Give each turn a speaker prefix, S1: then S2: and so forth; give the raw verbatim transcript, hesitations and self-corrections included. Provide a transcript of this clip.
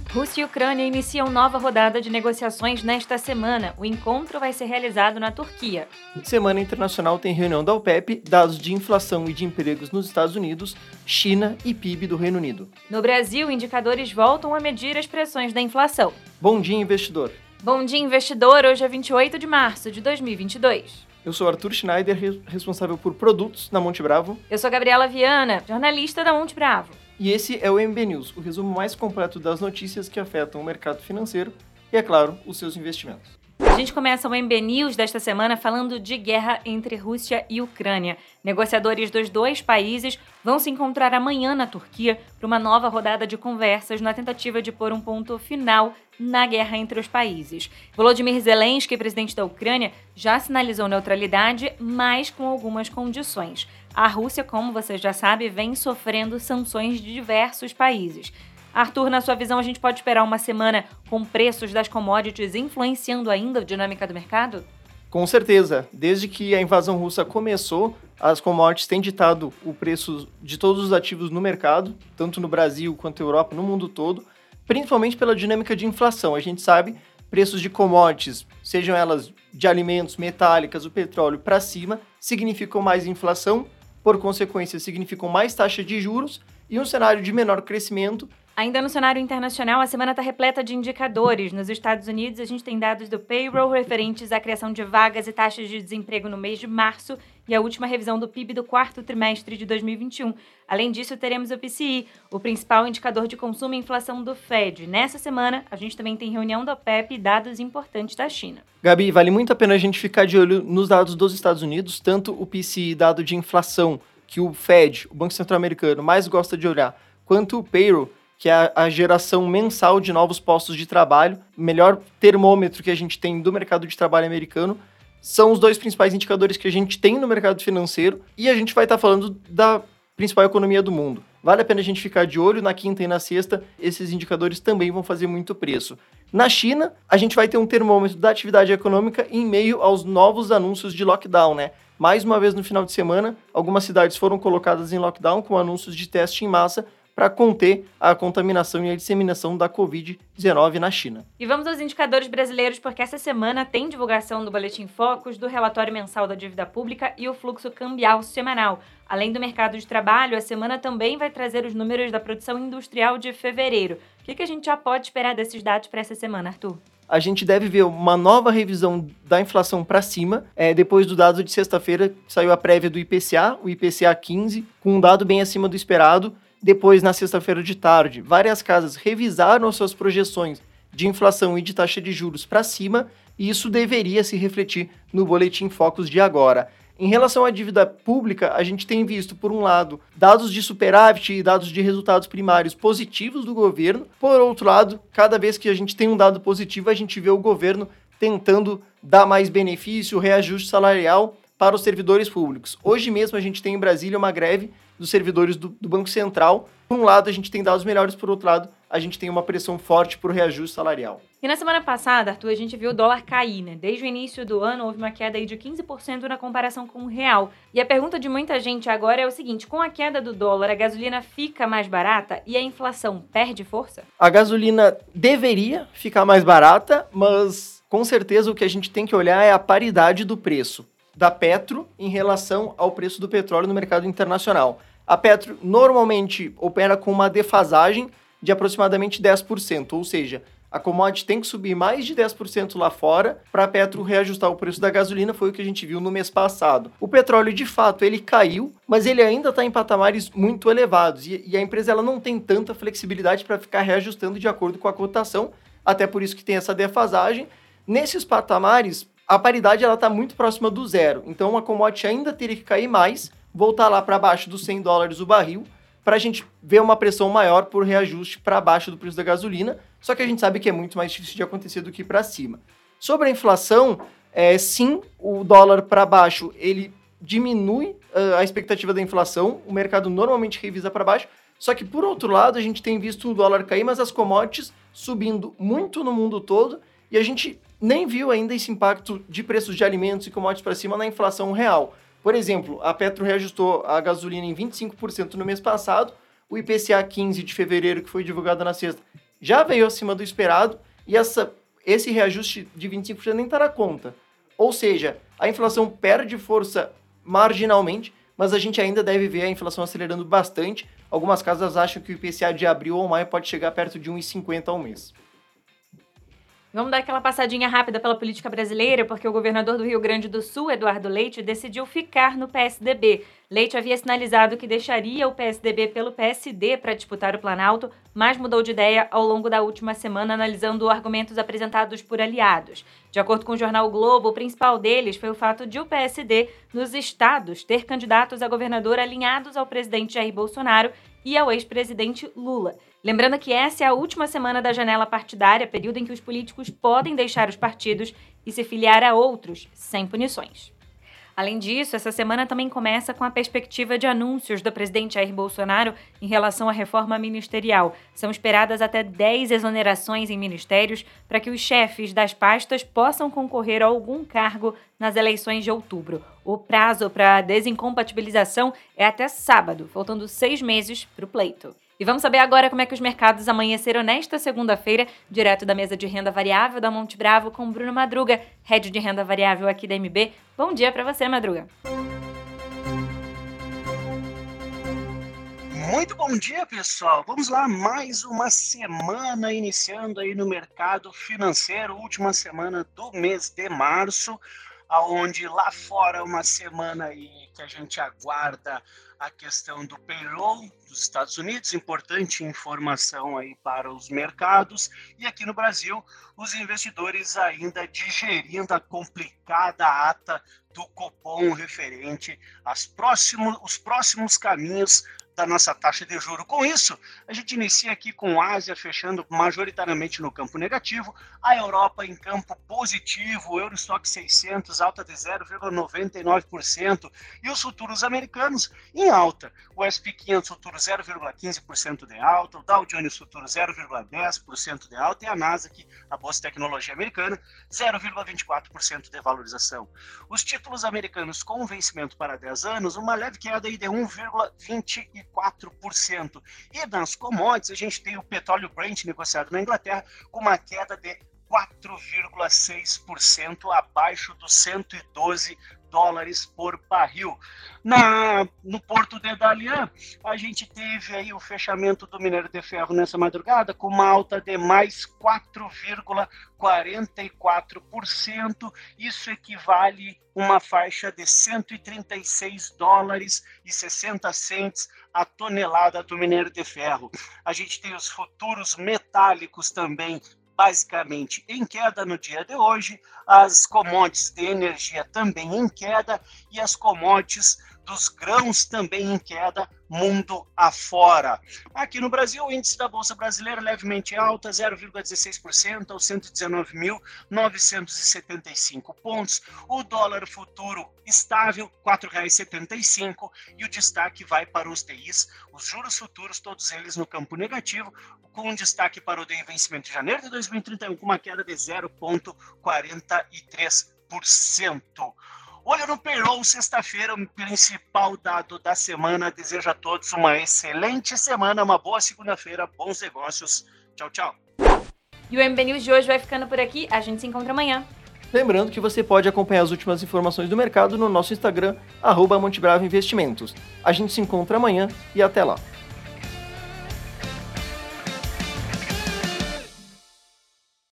S1: Rússia e Ucrânia iniciam nova rodada de negociações nesta semana. O encontro vai ser realizado na Turquia.
S2: Semana Internacional tem reunião da OPEP, dados de inflação e de empregos nos Estados Unidos, China e P I B do Reino Unido.
S1: No Brasil, indicadores voltam a medir as pressões da inflação.
S2: Bom dia, investidor.
S1: Bom dia, investidor. Hoje é vinte e oito de março de dois mil e vinte e dois.
S2: Eu sou Arthur Schneider, responsável por produtos na Monte Bravo.
S1: Eu sou Gabriela Viana, jornalista da Monte Bravo.
S2: E esse é o M B News, o resumo mais completo das notícias que afetam o mercado financeiro e, é claro, os seus investimentos.
S1: A gente começa o M B News desta semana falando de guerra entre Rússia e Ucrânia. Negociadores dos dois países vão se encontrar amanhã na Turquia para uma nova rodada de conversas na tentativa de pôr um ponto final na guerra entre os países. Volodymyr Zelensky, presidente da Ucrânia, já sinalizou neutralidade, mas com algumas condições. A Rússia, como você já sabe, vem sofrendo sanções de diversos países. Arthur, na sua visão, a gente pode esperar uma semana com preços das commodities influenciando ainda a dinâmica do mercado?
S2: Com certeza. Desde que a invasão russa começou, as commodities têm ditado o preço de todos os ativos no mercado, tanto no Brasil quanto na Europa, no mundo todo, principalmente pela dinâmica de inflação. A gente sabe, preços de commodities, sejam elas de alimentos, metálicas, o petróleo, para cima, significam mais inflação, por consequência, significam mais taxa de juros e um cenário de menor crescimento.
S1: Ainda no cenário internacional, a semana está repleta de indicadores. Nos Estados Unidos, a gente tem dados do payroll referentes à criação de vagas e taxas de desemprego no mês de março e a última revisão do P I B do quarto trimestre de dois mil e vinte e um. Além disso, teremos o P C I, o principal indicador de consumo e inflação do Fed. Nessa semana, a gente também tem reunião da OPEP e dados importantes da China.
S2: Gabi, vale muito a pena a gente ficar de olho nos dados dos Estados Unidos, tanto o P C I, dado de inflação, que o Fed, o Banco Central Americano, mais gosta de olhar, quanto o payroll, que é a geração mensal de novos postos de trabalho, o melhor termômetro que a gente tem do mercado de trabalho americano, são os dois principais indicadores que a gente tem no mercado financeiro e a gente vai estar falando da principal economia do mundo. Vale a pena a gente ficar de olho, na quinta e na sexta, esses indicadores também vão fazer muito preço. Na China, a gente vai ter um termômetro da atividade econômica em meio aos novos anúncios de lockdown, né? Mais uma vez no final de semana, algumas cidades foram colocadas em lockdown com anúncios de teste em massa para conter a contaminação e a disseminação da covid dezenove na China.
S1: E vamos aos indicadores brasileiros, porque essa semana tem divulgação do Boletim Focus, do relatório mensal da dívida pública e o fluxo cambial semanal. Além do mercado de trabalho, a semana também vai trazer os números da produção industrial de fevereiro. O que, que a gente já pode esperar desses dados para essa semana, Arthur?
S2: A gente deve ver uma nova revisão da inflação para cima, é, depois do dado de sexta-feira, saiu a prévia do I P C A, o I P C A quinze, com um dado bem acima do esperado. Depois, na sexta-feira de tarde, várias casas revisaram suas projeções de inflação e de taxa de juros para cima, e isso deveria se refletir no Boletim Focus de agora. Em relação à dívida pública, a gente tem visto, por um lado, dados de superávit e dados de resultados primários positivos do governo. Por outro lado, cada vez que a gente tem um dado positivo, a gente vê o governo tentando dar mais benefício, reajuste salarial para os servidores públicos. Hoje mesmo a gente tem em Brasília uma greve dos servidores do, do Banco Central. Por um lado, a gente tem dados melhores, por outro lado, a gente tem uma pressão forte por reajuste salarial.
S1: E na semana passada, Arthur, a gente viu o dólar cair, né? Desde o início do ano, houve uma queda aí de quinze por cento na comparação com o real. E a pergunta de muita gente agora é o seguinte: com a queda do dólar, a gasolina fica mais barata e a inflação perde força?
S2: A gasolina deveria ficar mais barata, mas com certeza o que a gente tem que olhar é a paridade do preço da Petro em relação ao preço do petróleo no mercado internacional. A Petro normalmente opera com uma defasagem de aproximadamente dez por cento, ou seja, a commodity tem que subir mais de dez por cento lá fora para a Petro reajustar o preço da gasolina, foi o que a gente viu no mês passado. O petróleo, de fato, ele caiu, mas ele ainda está em patamares muito elevados e, e a empresa ela não tem tanta flexibilidade para ficar reajustando de acordo com a cotação, até por isso que tem essa defasagem. Nesses patamares, a paridade está muito próxima do zero, então a commodity ainda teria que cair mais, voltar lá para baixo dos cem dólares o barril, para a gente ver uma pressão maior por reajuste para baixo do preço da gasolina, só que a gente sabe que é muito mais difícil de acontecer do que para cima. Sobre a inflação, é, sim, o dólar para baixo, ele diminui uh, a expectativa da inflação, o mercado normalmente revisa para baixo, só que por outro lado a gente tem visto o dólar cair, mas as commodities subindo muito no mundo todo, e a gente nem viu ainda esse impacto de preços de alimentos e commodities para cima na inflação real. Por exemplo, a Petro reajustou a gasolina em vinte e cinco por cento no mês passado, o I P C A quinze de fevereiro, que foi divulgado na sexta, já veio acima do esperado e essa, esse reajuste de vinte e cinco por cento nem está na conta. Ou seja, a inflação perde força marginalmente, mas a gente ainda deve ver a inflação acelerando bastante. Algumas casas acham que o I P C A de abril ou maio pode chegar perto de um vírgula cinquenta ao mês.
S1: Vamos dar aquela passadinha rápida pela política brasileira, porque o governador do Rio Grande do Sul, Eduardo Leite, decidiu ficar no P S D B. Leite havia sinalizado que deixaria o P S D B pelo P S D para disputar o Planalto, mas mudou de ideia ao longo da última semana, analisando argumentos apresentados por aliados. De acordo com o jornal o Globo, o principal deles foi o fato de o P S D, nos estados, ter candidatos a governador alinhados ao presidente Jair Bolsonaro e ao ex-presidente Lula. Lembrando que essa é a última semana da janela partidária, período em que os políticos podem deixar os partidos e se filiar a outros, sem punições. Além disso, essa semana também começa com a perspectiva de anúncios do presidente Jair Bolsonaro em relação à reforma ministerial. São esperadas até dez exonerações em ministérios para que os chefes das pastas possam concorrer a algum cargo nas eleições de outubro. O prazo para a desincompatibilização é até sábado, faltando seis meses para o pleito. E vamos saber agora como é que os mercados amanheceram nesta segunda-feira, direto da mesa de renda variável da Monte Bravo com Bruno Madruga, head de renda variável aqui da M B. Bom dia para você, Madruga.
S3: Muito bom dia, pessoal. Vamos lá, mais uma semana iniciando aí no mercado financeiro, última semana do mês de março, aonde lá fora uma semana aí que a gente aguarda a questão do payroll dos Estados Unidos, importante informação aí para os mercados, e aqui no Brasil, os investidores ainda digerindo a complicada ata do Copom referente aos próximos, os próximos caminhos da nossa taxa de juros. Com isso, a gente inicia aqui com a Ásia fechando majoritariamente no campo negativo, a Europa em campo positivo, o Eurostock seiscentos alta de zero vírgula noventa e nove por cento e os futuros americanos em alta. O S and P quinhentos futuros zero vírgula quinze por cento de alta, o Dow Jones futuros zero vírgula dez por cento de alta e a Nasdaq, a Bolsa de Tecnologia Americana, zero vírgula vinte e quatro por cento de valorização. Os títulos americanos com vencimento para dez anos, uma leve queda aí de um vírgula vinte e quatro por cento. E nas commodities, a gente tem o petróleo Brent negociado na Inglaterra com uma queda de quatro vírgula seis por cento abaixo dos cento e doze dólares por barril. Na, no Porto de Dalian, a gente teve aí o fechamento do minério de ferro nessa madrugada com uma alta de mais quatro vírgula quarenta e quatro por cento. Isso equivale a uma faixa de cento e trinta e seis dólares e sessenta centes a tonelada do minério de ferro. A gente tem os futuros metálicos também basicamente em queda no dia de hoje, as commodities de energia também em queda e as commodities dos grãos também em queda, mundo afora. Aqui no Brasil, o índice da Bolsa Brasileira levemente alta, zero vírgula dezesseis por cento aos cento e dezenove mil novecentos e setenta e cinco pontos. O dólar futuro estável, quatro reais e setenta e cinco centavos, e o destaque vai para os D Is, os juros futuros, todos eles no campo negativo, com um destaque para o D I vencimento de janeiro de dois mil e trinta e um, com uma queda de zero vírgula quarenta e três por cento. Olha no payroll, sexta-feira, o principal dado da semana. Desejo a todos uma excelente semana, uma boa segunda-feira, bons negócios. Tchau, tchau.
S1: E o M B News de hoje vai ficando por aqui. A gente se encontra amanhã.
S2: Lembrando que você pode acompanhar as últimas informações do mercado no nosso Instagram, arroba Monte Bravo Investimentos. A gente se encontra amanhã e até lá.